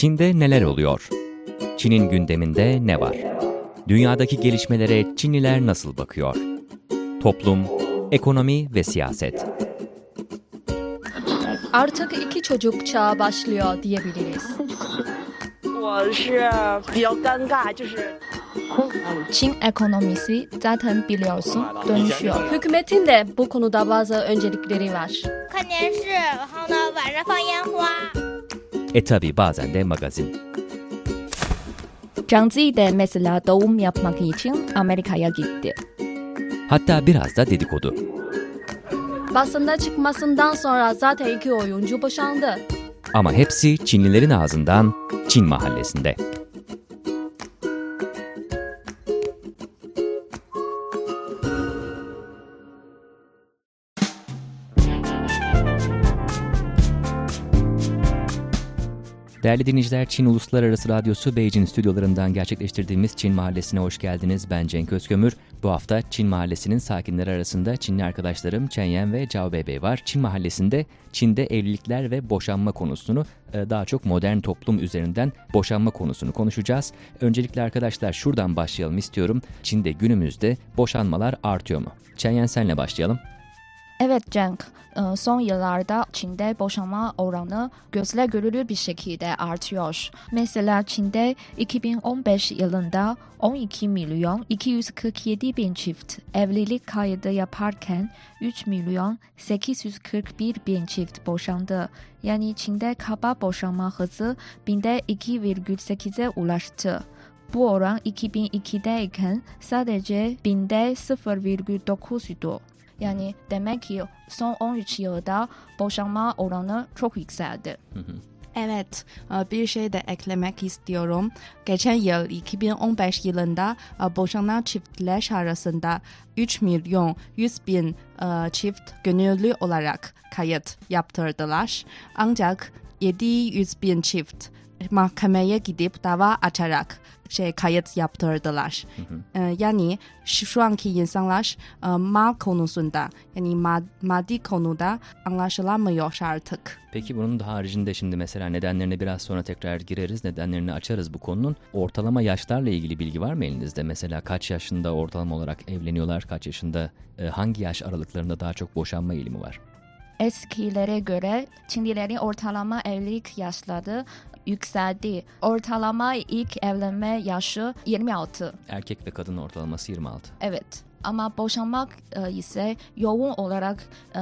Çin'de neler oluyor? Çin'in gündeminde ne var? Dünyadaki gelişmelere Çinliler nasıl bakıyor? Toplum, ekonomi ve siyaset. Artık iki çocuk çağı başlıyor diyebiliriz. Çin ekonomisi zaten biliyorsun dönüşüyor. Hükümetin de bu konuda bazı öncelikleri var. Tabi bazen de magazin. Zhang Zi de mesela doğum yapmak için Amerika'ya gitti. Hatta biraz da dedikodu. Basında çıkmasından sonra zaten iki oyuncu boşandı. Ama hepsi Çinlilerin ağzından Çin mahallesinde. Değerli dinleyiciler, Çin Uluslararası Radyosu Beijing stüdyolarından gerçekleştirdiğimiz Çin Mahallesi'ne hoş geldiniz. Ben Cenk Özkömür. Bu hafta Çin Mahallesi'nin sakinleri arasında Çinli arkadaşlarım Chen Yan ve Zhao Beibei var. Çin Mahallesi'nde Çin'de evlilikler ve boşanma konusunu, daha çok modern toplum üzerinden boşanma konusunu konuşacağız. Öncelikle arkadaşlar şuradan başlayalım istiyorum. Çin'de günümüzde boşanmalar artıyor mu? Chen Yan, senle başlayalım. Evet Cenk, son yıllarda Çin'de boşanma oranı gözle görülür bir şekilde artıyor. Mesela Çin'de 2015 yılında 12 milyon 247 bin çift evlilik kaydı yaparken 3 milyon 841 bin çift boşandı. Yani Çin'de kaba boşanma hızı binde 2,8'e ulaştı. Bu oran 2002'deyken sadece binde 0,9'du. Yani demek ki son 13 yılda boşanma oranı çok yükseldi. Evet, bir şey de eklemek istiyorum. Geçen yıl 2015 yılında boşanan çiftler arasında 3 milyon 100 bin çift gönüllü olarak kayıt yaptırdılar. Ancak 700 bin çift mahkemeye gidip dava açarak kayıt yaptırdılar. Yani şu anki insanlar mal konusunda, yani maddi konuda anlaşılamıyor artık. Peki bunun da haricinde şimdi mesela nedenlerine biraz sonra tekrar gireriz, nedenlerini açarız bu konunun. Ortalama yaşlarla ilgili bilgi var mı elinizde? Mesela kaç yaşında ortalama olarak evleniyorlar, kaç yaşında, hangi yaş aralıklarında daha çok boşanma eğilimi var? Eskilere göre Çinlilerin ortalama evlilik yaşları yükseldi. Ortalama ilk evlenme yaşı 26. Erkek ve kadın ortalaması 26. Evet. Ama boşanmak ise yoğun olarak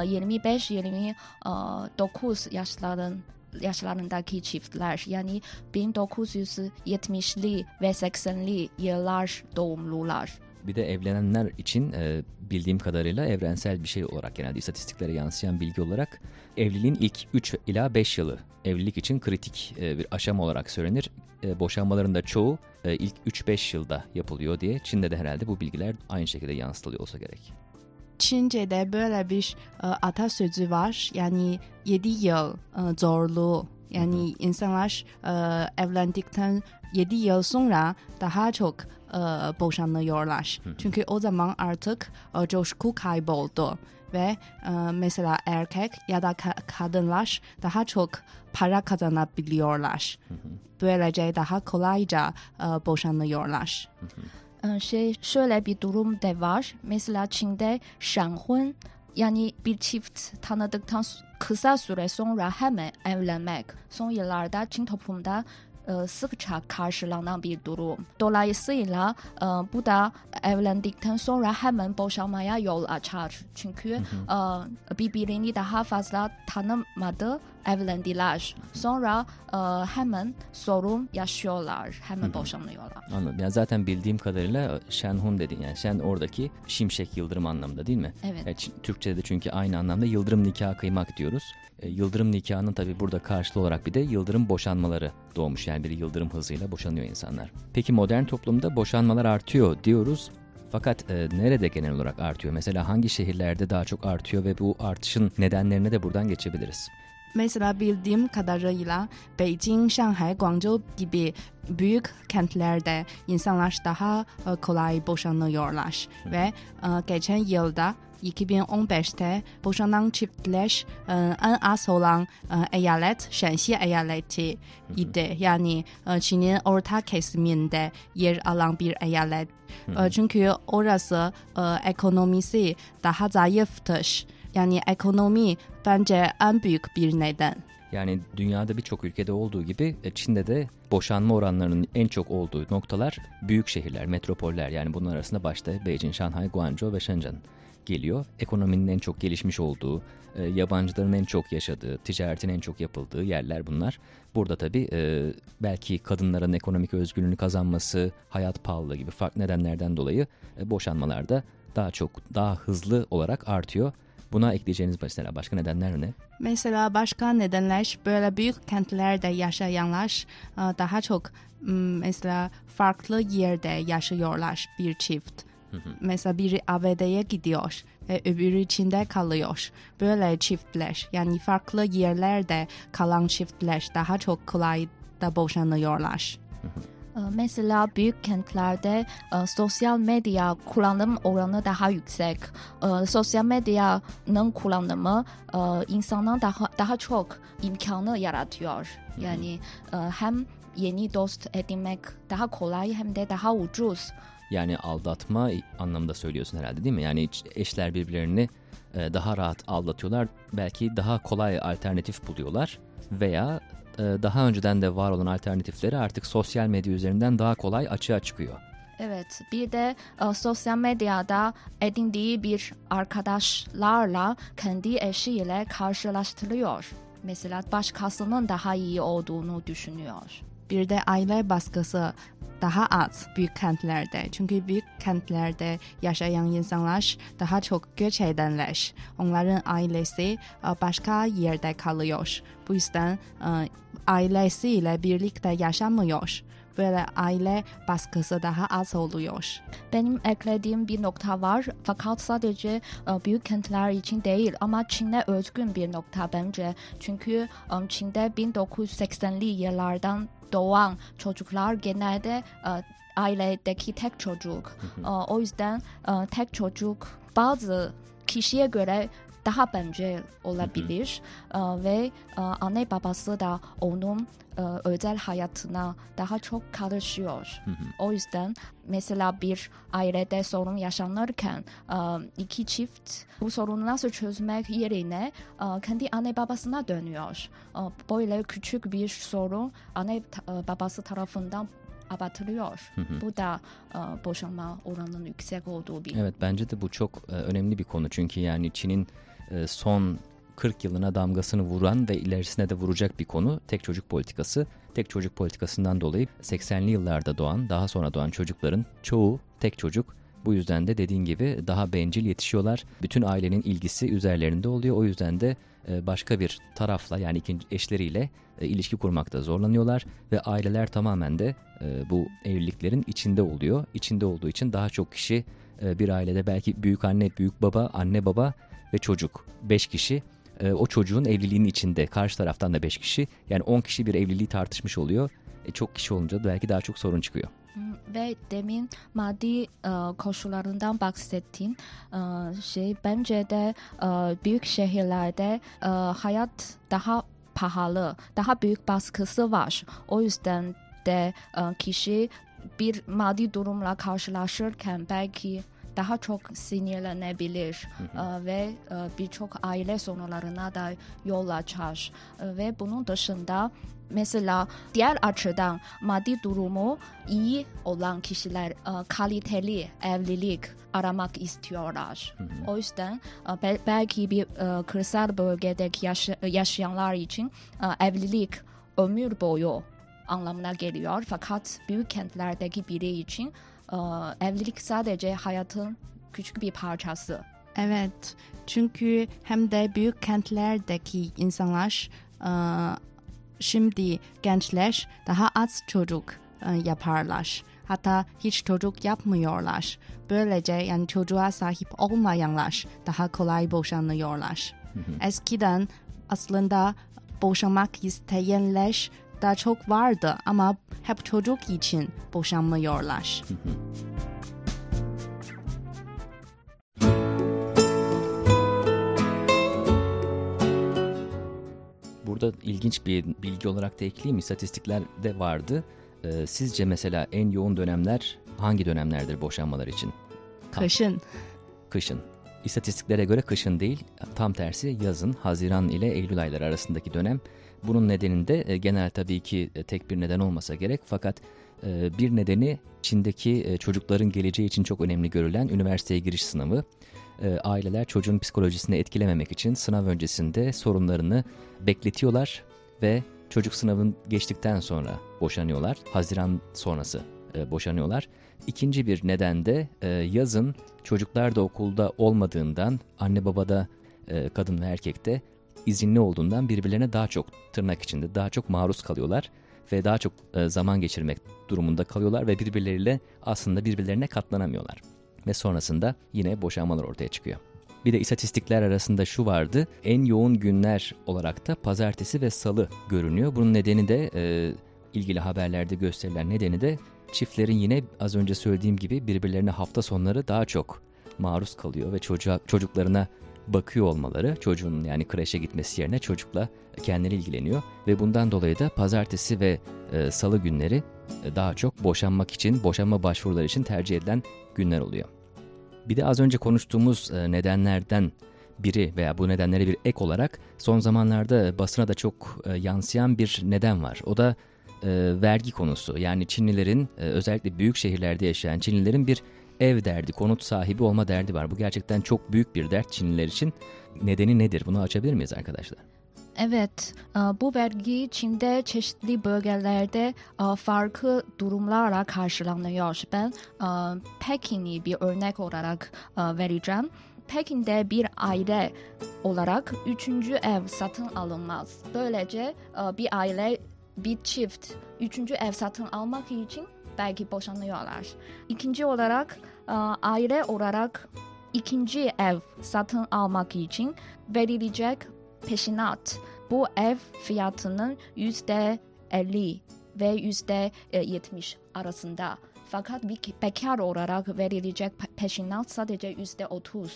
25-29 yaşlarındaki çiftler, yani 1970'li ve 80'li yıllar doğumlular. Bir de evlenenler için bildiğim kadarıyla evrensel bir şey olarak, genelde istatistiklere yansıyan bilgi olarak evliliğin ilk 3 ila 5 yılı evlilik için kritik bir aşama olarak söylenir. Boşanmaların da çoğu ilk 3-5 yılda yapılıyor diye. Çin'de de herhalde bu bilgiler aynı şekilde yansıtılıyor olsa gerek. Çince'de böyle bir atasözü var. Yani 7 yıl zorluğu. Yani insanlar evlendikten 7 yıl sonra daha çok boşanıyorlar. Çünkü o zaman artık coşku kayboldu. Ve mesela erkek ya da kadınlar daha çok para kazanabiliyorlar. Böylece daha kolayca boşanıyorlar. Şöyle bir durum da var. Mesela Çin'de şanhun, yani bir çift tanıdıktan kısa süre sonra hemen evlenmek son yıllarda Çin toplumda sıkça karşılanan bir durum. Dolayısıyla bu da evlendikten sonra hemen boşanmaya yol açar. Çünkü birbirini daha fazla tanımadı, evlendiler. Sonra hemen sorun yaşıyorlar, hemen boşanıyorlar. Anladım. Yani zaten bildiğim kadarıyla Şenhun dedin. Yani Şen oradaki şimşek, yıldırım anlamında değil mi? Evet. Yani Türkçe'de de çünkü aynı anlamda yıldırım nikahı kıymak diyoruz. Yıldırım nikahının tabii burada karşılığı olarak bir de yıldırım boşanmaları doğmuş. Yani bir yıldırım hızıyla boşanıyor insanlar. Peki modern toplumda boşanmalar artıyor diyoruz. Fakat nerede genel olarak artıyor? Mesela hangi şehirlerde daha çok artıyor ve bu artışın nedenlerine de buradan geçebiliriz. Mesela bildiğim kadarıyla Beijing, Şanghay, Guangzhou gibi büyük kentlerde insanlar daha kolay boşanıyorlar. Ve geçen yılda 2015'te boşanan çiftler en az olan eyalet Şanxi eyaleti idi. Yani Çin'in orta kesiminde yer alan bir eyalet. Çünkü orası ekonomisi daha zayıftır. Yani ekonomi bence en büyük bir neden. Yani dünyada birçok ülkede olduğu gibi Çin'de de boşanma oranlarının en çok olduğu noktalar büyük şehirler, metropoller. Yani bunun arasında başta Beijing, Şanghay, Guangzhou ve Shenzhen geliyor. Ekonominin en çok gelişmiş olduğu, yabancıların en çok yaşadığı, ticaretin en çok yapıldığı yerler bunlar. Burada tabii belki kadınların ekonomik özgürlüğünü kazanması, hayat pahalılığı gibi farklı nedenlerden dolayı boşanmalar da daha hızlı olarak artıyor. Buna ekleyeceğiniz mesela başka nedenler ne? Mesela başka nedenler böyle büyük kentlerde yaşayanlar daha çok mesela farklı yerde yaşıyorlar bir çift. Mesela biri ABD'ye gidiyor ve öbürü Çin'de kalıyor. Böyle çiftler yani farklı yerlerde kalan çiftler daha çok kolay da boşanıyorlar. Mesela büyük kentlerde sosyal medya kullanım oranı daha yüksek. Sosyal medyanın kullanımı insana daha çok imkanı yaratıyor. Yani hem yeni dost edinmek daha kolay hem de daha ucuz. Yani aldatma anlamında söylüyorsun herhalde değil mi? Yani eşler birbirlerini daha rahat aldatıyorlar. Belki daha kolay alternatif buluyorlar veya daha önceden de var olan alternatifleri artık sosyal medya üzerinden daha kolay açığa çıkıyor. Evet, bir de sosyal medyada edindiği bir arkadaşlarla kendi eşiyle karşılaştırıyor. Mesela başkasının daha iyi olduğunu düşünüyor. Bir de aile baskısı daha az büyük kentlerde. Çünkü büyük kentlerde yaşayan insanlar daha çok göç edenler. Onların ailesi başka yerde kalıyor. Bu yüzden ailesiyle birlikte yaşamıyor. Böyle aile baskısı daha az oluyor. Benim eklediğim bir nokta var fakat sadece büyük kentler için değil ama Çin'e özgün bir nokta bence. Çünkü Çin'de 1980'li yıllardan doğan çocuklar genelde ailedeki tek çocuk. O yüzden tek çocuk bazı kişiye göre daha bence olabilir ve anne babası da onun özel hayatına daha çok karışıyor. O yüzden mesela bir ailede sorun yaşanırken iki çift bu sorunu nasıl çözmek yerine kendi anne babasına dönüyor. Böyle küçük bir sorun anne babası tarafından abartılıyor. Bu da boşanma oranının yüksek olduğu bir. Evet, bence de bu çok önemli bir konu. Çünkü yani Çin'in son 40 yılına damgasını vuran ve ilerisine de vuracak bir konu tek çocuk politikası. Tek çocuk politikasından dolayı 80'li yıllarda doğan, daha sonra doğan çocukların çoğu tek çocuk. Bu yüzden de dediğin gibi daha bencil yetişiyorlar. Bütün ailenin ilgisi üzerlerinde oluyor. O yüzden de başka bir tarafla yani ikinci eşleriyle ilişki kurmakta zorlanıyorlar. Ve aileler tamamen de bu evliliklerin içinde oluyor. İçinde olduğu için daha çok kişi bir ailede belki büyük anne, büyük baba, anne baba ve çocuk 5 kişi o çocuğun evliliğinin içinde, karşı taraftan da 5 kişi, yani 10 kişi bir evliliği tartışmış oluyor. Çok kişi olunca da belki daha çok sorun çıkıyor. Ve demin maddi koşullarından bahsettiğin bence de büyük şehirlerde hayat daha pahalı, daha büyük baskısı var. O yüzden de kişi bir maddi durumla karşılaşırken belki daha çok sinirlenebilir ve birçok aile sorunlarına da yol açar. Ve bunun dışında mesela diğer açıdan maddi durumu iyi olan kişiler kaliteli evlilik aramak istiyorlar. O yüzden belki bir kırsal bölgedeki yaşayanlar için evlilik ömür boyu anlamına geliyor. Fakat büyük kentlerdeki biri için evlilik sadece hayatın küçük bir parçası. Evet, çünkü hem de büyük kentlerdeki insanlar şimdi gençler daha az çocuk yaparlar. Hatta hiç çocuk yapmıyorlar. Böylece yani çocuğa sahip olmayanlar daha kolay boşanıyorlar. Eskiden aslında boşanmak isteyenler daha çok vardı ama hep çocuk için boşanmıyorlar. Burada ilginç bir bilgi olarak da ekleyeyim. İstatistiklerde vardı. Sizce mesela en yoğun dönemler hangi dönemlerdir boşanmalar için? Kışın. İstatistiklere göre kışın değil, tam tersi yazın, Haziran ile Eylül ayları arasındaki dönem. Bunun nedeni de genel tabii ki tek bir neden olmasa gerek, fakat bir nedeni Çin'deki çocukların geleceği için çok önemli görülen üniversiteye giriş sınavı. Aileler çocuğun psikolojisini etkilememek için sınav öncesinde sorunlarını bekletiyorlar ve çocuk sınavın geçtikten sonra boşanıyorlar. Haziran sonrası boşanıyorlar. İkinci bir neden de yazın çocuklar da okulda olmadığından, anne babada kadın ve erkek de izinli olduğundan birbirlerine daha çok, tırnak içinde daha çok maruz kalıyorlar ve daha çok zaman geçirmek durumunda kalıyorlar ve birbirleriyle aslında birbirlerine katlanamıyorlar. Ve sonrasında yine boşanmalar ortaya çıkıyor. Bir de istatistikler arasında şu vardı, en yoğun günler olarak da pazartesi ve salı görünüyor. Bunun nedeni de ilgili haberlerde gösterilen nedeni de çiftlerin yine az önce söylediğim gibi birbirlerine hafta sonları daha çok maruz kalıyor ve çocuklarına bakıyor olmaları, çocuğun yani kreşe gitmesi yerine çocukla kendine ilgileniyor ve bundan dolayı da pazartesi ve salı günleri daha çok boşanma başvuruları için tercih edilen günler oluyor. Bir de az önce konuştuğumuz nedenlerden biri veya bu nedenlere bir ek olarak son zamanlarda basına da çok yansıyan bir neden var. O da vergi konusu. Yani Çinlilerin, özellikle büyük şehirlerde yaşayan Çinlilerin bir ev derdi, konut sahibi olma derdi var. Bu gerçekten çok büyük bir dert Çinliler için. Nedeni nedir? Bunu açabilir miyiz arkadaşlar? Evet, bu vergi Çin'de çeşitli bölgelerde farklı durumlarla karşılanıyor. Ben Pekin'i bir örnek olarak vereceğim. Pekin'de bir aile olarak 3. ev satın alınmaz. Böylece bir çift 3. ev satın almak için belki boşanıyorlar. İkinci olarak aile olarak 2. ev satın almak için verilecek peşinat. Bu ev fiyatının %50 ve %70 arasında. Fakat bir bekar olarak verilecek peşinat sadece %30.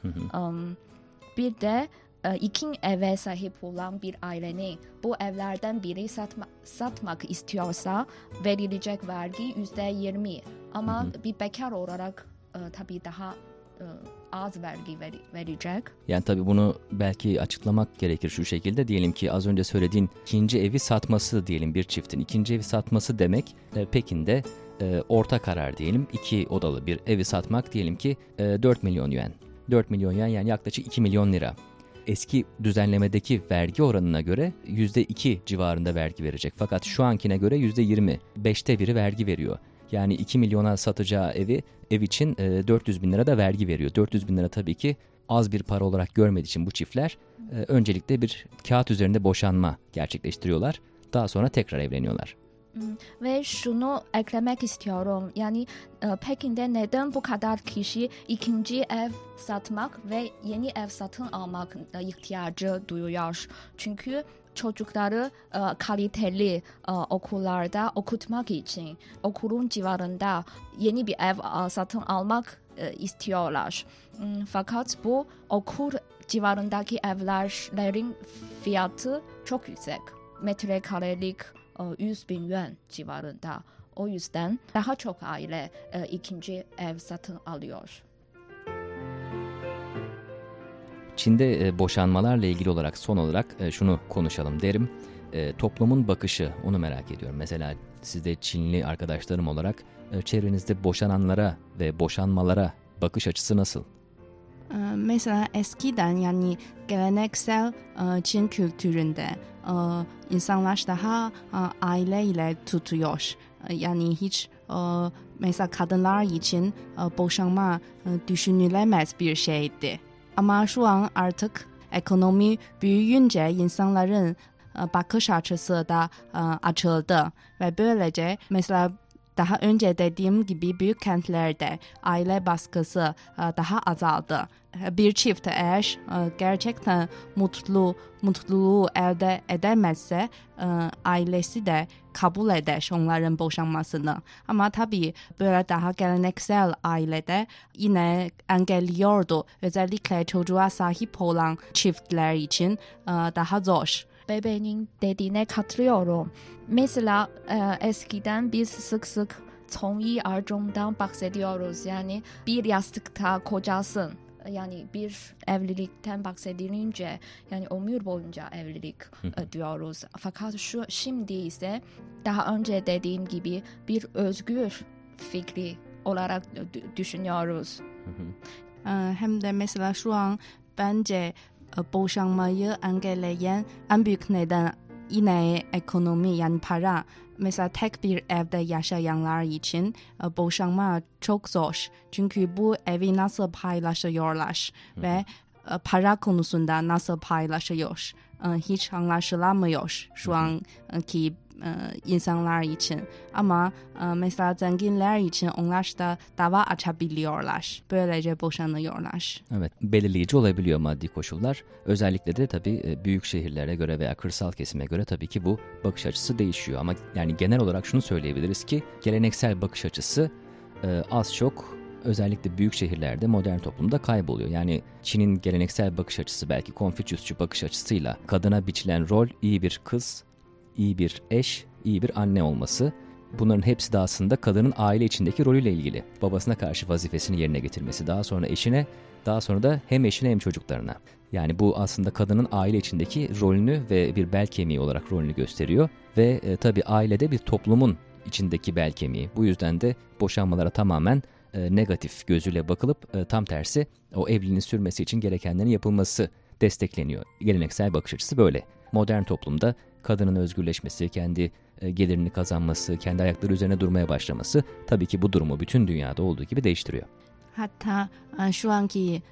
Bir de 2 eve sahip olan bir ailenin bu evlerden biri satmak istiyorsa verilecek vergi %20. Ama bir bekar olarak tabii daha az vergi verecek. Yani tabii bunu belki açıklamak gerekir şu şekilde. Diyelim ki az önce söylediğin ikinci evi satması diyelim bir çiftin. İkinci evi satması demek Pekin'de orta karar diyelim 2 odalı bir evi satmak diyelim ki 4 milyon yuan. 4 milyon yuan yani yaklaşık 2 milyon lira. Eski düzenlemedeki vergi oranına göre %2 civarında vergi verecek. Fakat şu ankine göre %20, 5'te biri vergi veriyor. Yani 2 milyona satacağı ev için 400 bin lira da vergi veriyor. 400 bin lira tabii ki az bir para olarak görmediği için bu çiftler öncelikle bir kağıt üzerinde boşanma gerçekleştiriyorlar. Daha sonra tekrar evleniyorlar. Ve şunu eklemek istiyorum. Yani Pekin'de neden bu kadar kişi 2. ev satmak ve yeni ev satın almak ihtiyacı duyuyor? Çünkü çocukları kaliteli okullarda okutmak için okulun civarında yeni bir ev satın almak istiyorlar. Fakat bu okul civarındaki evlerin fiyatı çok yüksek. Metrekarelik 100 bin yuan civarında. O yüzden daha çok aile 2. ev satın alıyor. Çin'de boşanmalarla ilgili olarak son olarak şunu konuşalım derim. Toplumun bakışı, onu merak ediyorum. Mesela siz de Çinli arkadaşlarım olarak çevrenizde boşananlara ve boşanmalara bakış açısı nasıl? Mesela eskiden yani geleneksel Çin kültüründe insanlar daha aileyle tutuyor. Yani hiç mesela kadınlar için boşanma düşünülemez bir şeydi. Ama şu an artık ekonomi büyüyünce insanların bakış açısı da açıldı. Ve böylece mesela daha önce dediğim gibi büyük kentlerde aile baskısı daha azaldı. Bir çift eğer gerçekten mutluluğu elde edemezse ailesi de kabul eder onların boşanmasını. Ama tabii böyle daha geleneksel ailede yine engelliyordu. Özellikle çocuğa sahip olan çiftler için daha zor. Bey'in dediğine katılıyorum. Mesela eskiden biz sık sık Çongyi Arjun'dan bahsediyoruz. Yani bir yastıkta kocasın. Yani bir evlilikten bahsedilince yani ömür boyunca evlilik diyoruz. Fakat şimdi ise daha önce dediğim gibi bir özgür fikri olarak düşünüyoruz. Hem de mesela şu an bence boşanmayı engelleyen en büyük neden yine ekonomi yani para. Mesela tek bir evde yaşayanlar için boşanma çok zor. Çünkü bu evi nasıl paylaşıyorlar ve para konusunda nasıl paylaşıyor. Hiç anlaşılamıyor şu anki insanlar için. Ama mesela zenginler için onlar da dava açabiliyorlar. Böylece boşanıyorlar. Evet, belirleyici olabiliyor maddi koşullar. Özellikle de tabii büyük şehirlere göre veya kırsal kesime göre tabii ki bu bakış açısı değişiyor. Ama yani genel olarak şunu söyleyebiliriz ki geleneksel bakış açısı az çok özellikle büyük şehirlerde modern toplumda kayboluyor. Yani Çin'in geleneksel bakış açısı belki Konfüçyüsçü bakış açısıyla kadına biçilen rol iyi bir kız, iyi bir eş, iyi bir anne olması. Bunların hepsi de aslında kadının aile içindeki rolüyle ilgili. Babasına karşı vazifesini yerine getirmesi, daha sonra eşine, daha sonra da hem eşine hem çocuklarına. Yani bu aslında kadının aile içindeki rolünü ve bir bel kemiği olarak rolünü gösteriyor. Ve tabii ailede bir toplumun içindeki bel kemiği. Bu yüzden de boşanmalara tamamen negatif gözüyle bakılıp tam tersi o evliliğin sürmesi için gerekenlerin yapılması destekleniyor. Geleneksel bakış açısı böyle. Modern toplumda kadının özgürleşmesi, kendi gelirini kazanması, kendi ayakları üzerine durmaya başlaması tabii ki bu durumu bütün dünyada olduğu gibi değiştiriyor. Hatta şu anki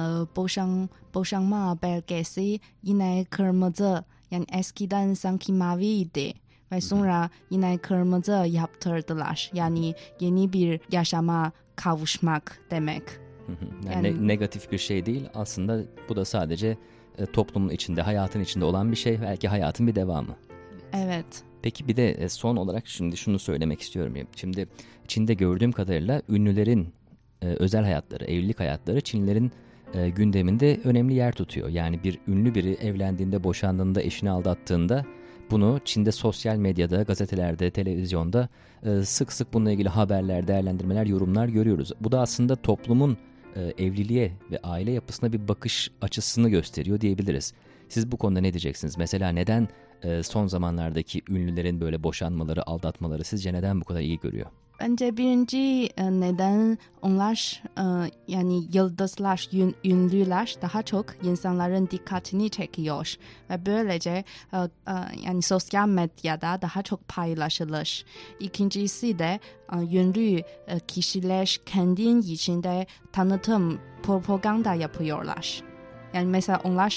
boşanma belgesi yine kırmızı, yani eskiden sanki maviydi ve sonra yine kırmızı yaptırdılar. Yani yeni bir yaşama kavuşmak demek. Yani negatif bir şey değil aslında, bu da sadece toplumun içinde, hayatın içinde olan bir şey, belki hayatın bir devamı. Evet. Peki bir de son olarak şimdi şunu söylemek istiyorum. Şimdi Çin'de gördüğüm kadarıyla ünlülerin özel hayatları, evlilik hayatları Çinlilerin gündeminde önemli yer tutuyor. Yani bir ünlü biri evlendiğinde, boşandığında, eşini aldattığında bunu Çin'de sosyal medyada, gazetelerde, televizyonda sık sık bununla ilgili haberler, değerlendirmeler, yorumlar görüyoruz. Bu da aslında toplumun evliliğe ve aile yapısına bir bakış açısını gösteriyor diyebiliriz. Siz bu konuda ne diyeceksiniz? Mesela neden son zamanlardaki ünlülerin böyle boşanmaları, aldatmaları sizce neden bu kadar iyi görüyor? Bence birinci neden onlar yani yıldızlar, ünlüler daha çok insanların dikkatini çekiyor ve böylece yani sosyal medyada daha çok paylaşılır. İkincisi de ünlü kişiler kendin içinde tanıtım, propaganda yapıyorlar. Yani mesela onlar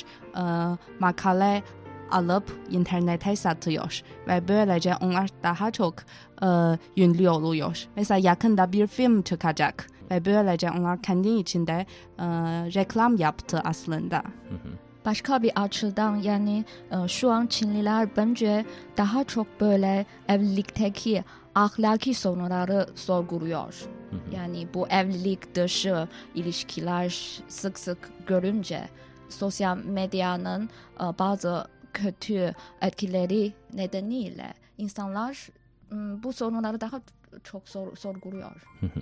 makale alıp internete satıyor ve böylece onlar daha çok ünlü oluyor. Mesela yakında bir film çıkacak ve böylece onlar kendi içinde reklam yaptı aslında. Başka bir açıdan yani şu an Çinliler bence daha çok böyle evlilikteki ahlaki sorunları sorguluyor. Yani bu evlilik dışı ilişkiler sık sık görünce sosyal medyanın bazı kötü etkileri nedeniyle insanlar bu sorunları daha çok sorguluyor.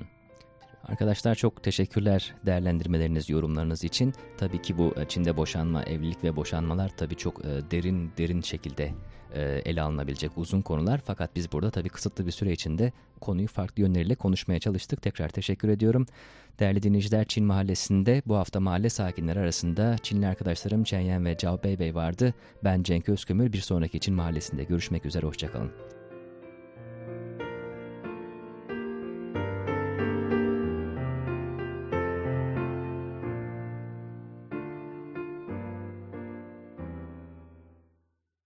Arkadaşlar çok teşekkürler değerlendirmeleriniz, yorumlarınız için. Tabii ki bu Çin'de boşanma, evlilik ve boşanmalar tabii çok derin şekilde ele alınabilecek uzun konular. Fakat biz burada tabii kısıtlı bir süre içinde konuyu farklı yönleriyle konuşmaya çalıştık. Tekrar teşekkür ediyorum. Değerli dinleyiciler, Çin Mahallesi'nde bu hafta mahalle sakinleri arasında Çinli arkadaşlarım Chen Yan ve Zhao Beibei vardı. Ben Cenk Özkömür. Bir sonraki Çin Mahallesi'nde görüşmek üzere. Hoşçakalın.